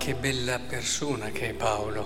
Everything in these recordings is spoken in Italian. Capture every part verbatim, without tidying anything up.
Che bella persona che è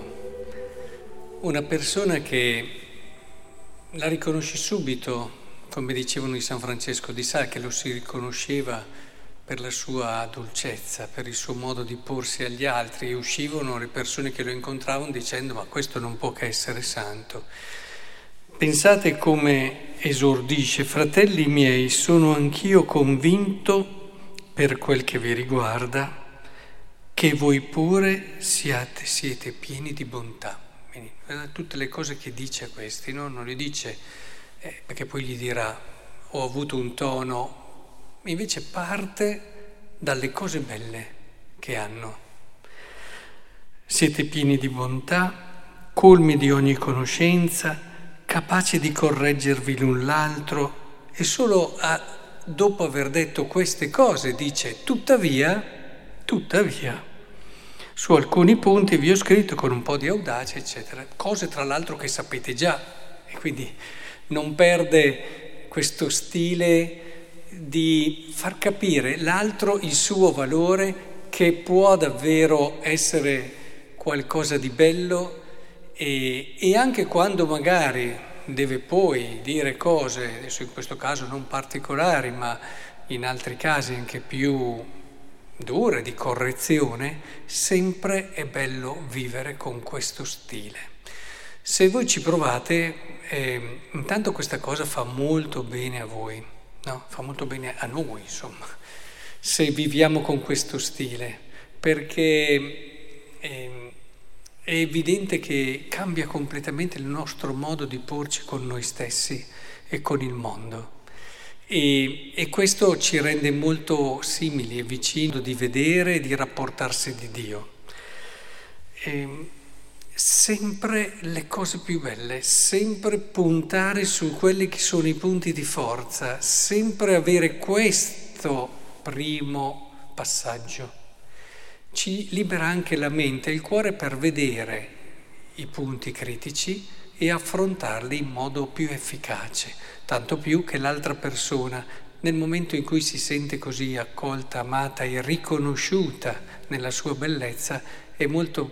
Paolo, una persona che la riconosci subito, come dicevano di San Francesco di Sales, che lo si riconosceva per la sua dolcezza, per il suo modo di porsi agli altri, e uscivano le persone che lo incontravano dicendo: ma questo non può che essere santo. Pensate come esordisce: fratelli miei, sono anch'io convinto, per quel che vi riguarda, che voi pure siate, siete pieni di bontà. Quindi, tutte le cose che dice a questi, no? Non le dice eh, perché poi gli dirà ho avuto un tono, invece parte dalle cose belle che hanno. Siete pieni di bontà, colmi di ogni conoscenza, capaci di correggervi l'un l'altro, e solo a, dopo aver detto queste cose dice tuttavia, tuttavia, su alcuni punti vi ho scritto con un po' di audacia, eccetera, cose tra l'altro che sapete già, e quindi non perde questo stile di far capire l'altro il suo valore, che può davvero essere qualcosa di bello, e, e anche quando magari deve poi dire cose, adesso in questo caso non particolari, ma in altri casi anche più dure, di correzione, sempre è bello vivere con questo stile. Se voi ci provate, eh, intanto questa cosa fa molto bene a voi, no? Fa molto bene a noi, insomma, se viviamo con questo stile, perché eh, è evidente che cambia completamente il nostro modo di porci con noi stessi e con il mondo. E, e questo ci rende molto simili e vicini di vedere e di rapportarsi di Dio. E sempre le cose più belle, sempre puntare su quelli che sono i punti di forza, sempre avere questo primo passaggio. Ci libera anche la mente e il cuore per vedere i punti critici e affrontarli in modo più efficace, tanto più che l'altra persona, nel momento in cui si sente così accolta, amata e riconosciuta nella sua bellezza, è molto,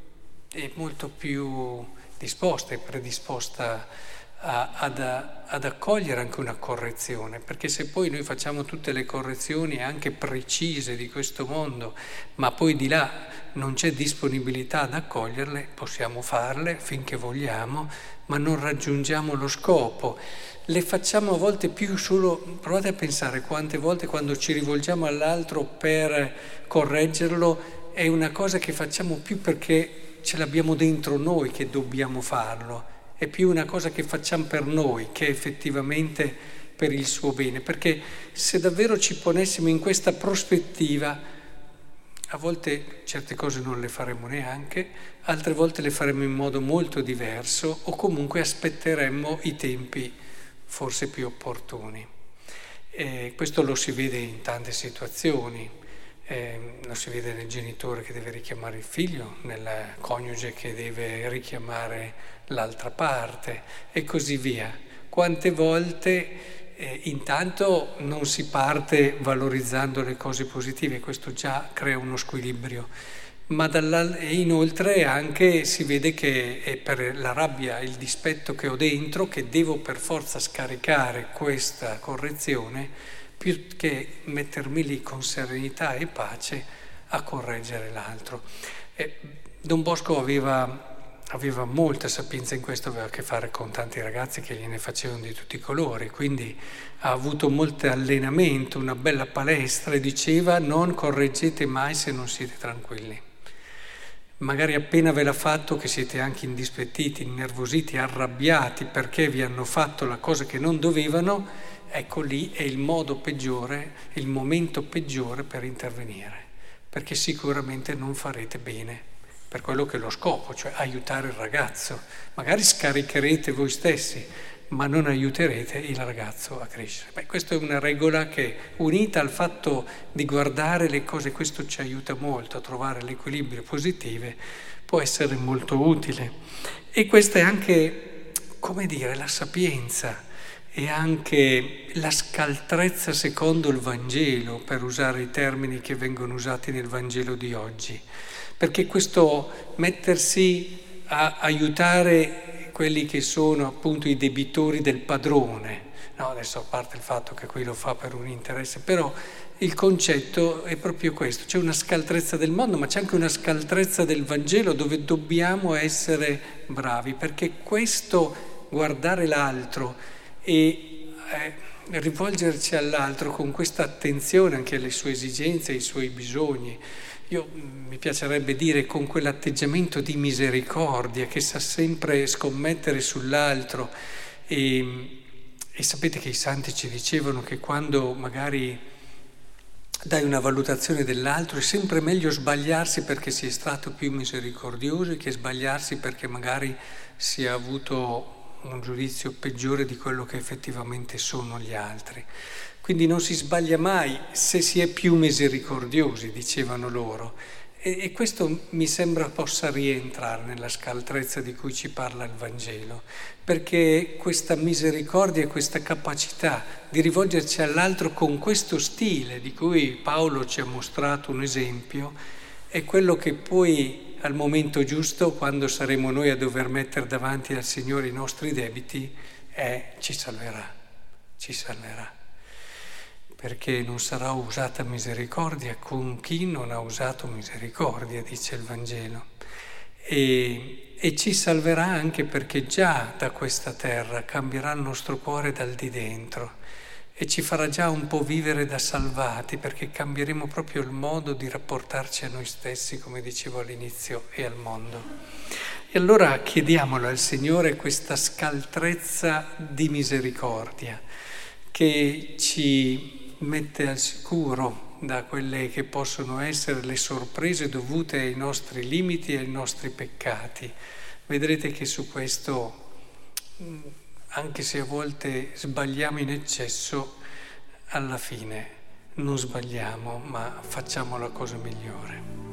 è molto più disposta e predisposta a, ad, ad accogliere anche una correzione, perché se poi noi facciamo tutte le correzioni anche precise di questo mondo, ma poi di là non c'è disponibilità ad accoglierle, possiamo farle finché vogliamo, ma non raggiungiamo lo scopo. Le facciamo a volte più solo, provate a pensare quante volte quando ci rivolgiamo all'altro per correggerlo è una cosa che facciamo più perché ce l'abbiamo dentro noi che dobbiamo farlo, è più una cosa che facciamo per noi che effettivamente per il suo bene, perché se davvero ci ponessimo in questa prospettiva, a volte certe cose non le faremo neanche, altre volte le faremo in modo molto diverso o comunque aspetteremmo i tempi forse più opportuni. E questo lo si vede in tante situazioni, eh, lo si vede nel genitore che deve richiamare il figlio, nel coniuge che deve richiamare l'altra parte e così via. Quante volte Eh, intanto non si parte valorizzando le cose positive, questo già crea uno squilibrio, ma e inoltre anche si vede che è per la rabbia, il dispetto che ho dentro, che devo per forza scaricare questa correzione, più che mettermi lì con serenità e pace a correggere l'altro. Eh, Don Bosco aveva... Aveva molta sapienza in questo, aveva a che fare con tanti ragazzi che gliene facevano di tutti i colori, quindi ha avuto molto allenamento, una bella palestra, e diceva: non correggete mai se non siete tranquilli. Magari appena ve l'ha fatto che siete anche indispettiti, innervositi, arrabbiati perché vi hanno fatto la cosa che non dovevano, ecco lì è il modo peggiore, il momento peggiore per intervenire, perché sicuramente non farete bene per quello che è lo scopo, cioè aiutare il ragazzo. Magari scaricherete voi stessi, ma non aiuterete il ragazzo a crescere. Beh, questa è una regola che, unita al fatto di guardare le cose, questo ci aiuta molto a trovare l'equilibrio positivo, può essere molto utile. E questa è anche, come dire, la sapienza e anche la scaltrezza secondo il Vangelo, per usare i termini che vengono usati nel Vangelo di oggi. perché questo mettersi a aiutare quelli che sono appunto i debitori del padrone, no, adesso a parte il fatto che qui lo fa per un interesse, però il concetto è proprio questo, c'è una scaltrezza del mondo, ma c'è anche una scaltrezza del Vangelo dove dobbiamo essere bravi, perché questo guardare l'altro e eh, rivolgerci all'altro con questa attenzione anche alle sue esigenze, ai suoi bisogni, io mi piacerebbe dire con quell'atteggiamento di misericordia che sa sempre scommettere sull'altro e, e sapete che i santi ci dicevano che quando magari dai una valutazione dell'altro è sempre meglio sbagliarsi perché si è stato più misericordioso che sbagliarsi perché magari si è avuto un giudizio peggiore di quello che effettivamente sono gli altri. Quindi non si sbaglia mai se si è più misericordiosi, dicevano loro. E, e questo mi sembra possa rientrare nella scaltrezza di cui ci parla il Vangelo, perché questa misericordia e questa capacità di rivolgerci all'altro con questo stile di cui Paolo ci ha mostrato un esempio è quello che poi al momento giusto, quando saremo noi a dover mettere davanti al Signore i nostri debiti, è, ci salverà, ci salverà. Perché non sarà usata misericordia con chi non ha usato misericordia, dice il Vangelo. E, e ci salverà anche perché già da questa terra cambierà il nostro cuore dal di dentro e ci farà già un po' vivere da salvati, perché cambieremo proprio il modo di rapportarci a noi stessi, come dicevo all'inizio, e al mondo. E allora chiediamolo al Signore questa scaltrezza di misericordia che ci mette al sicuro da quelle che possono essere le sorprese dovute ai nostri limiti e ai nostri peccati. Vedrete che su questo, anche se a volte sbagliamo in eccesso, alla fine non sbagliamo, ma facciamo la cosa migliore.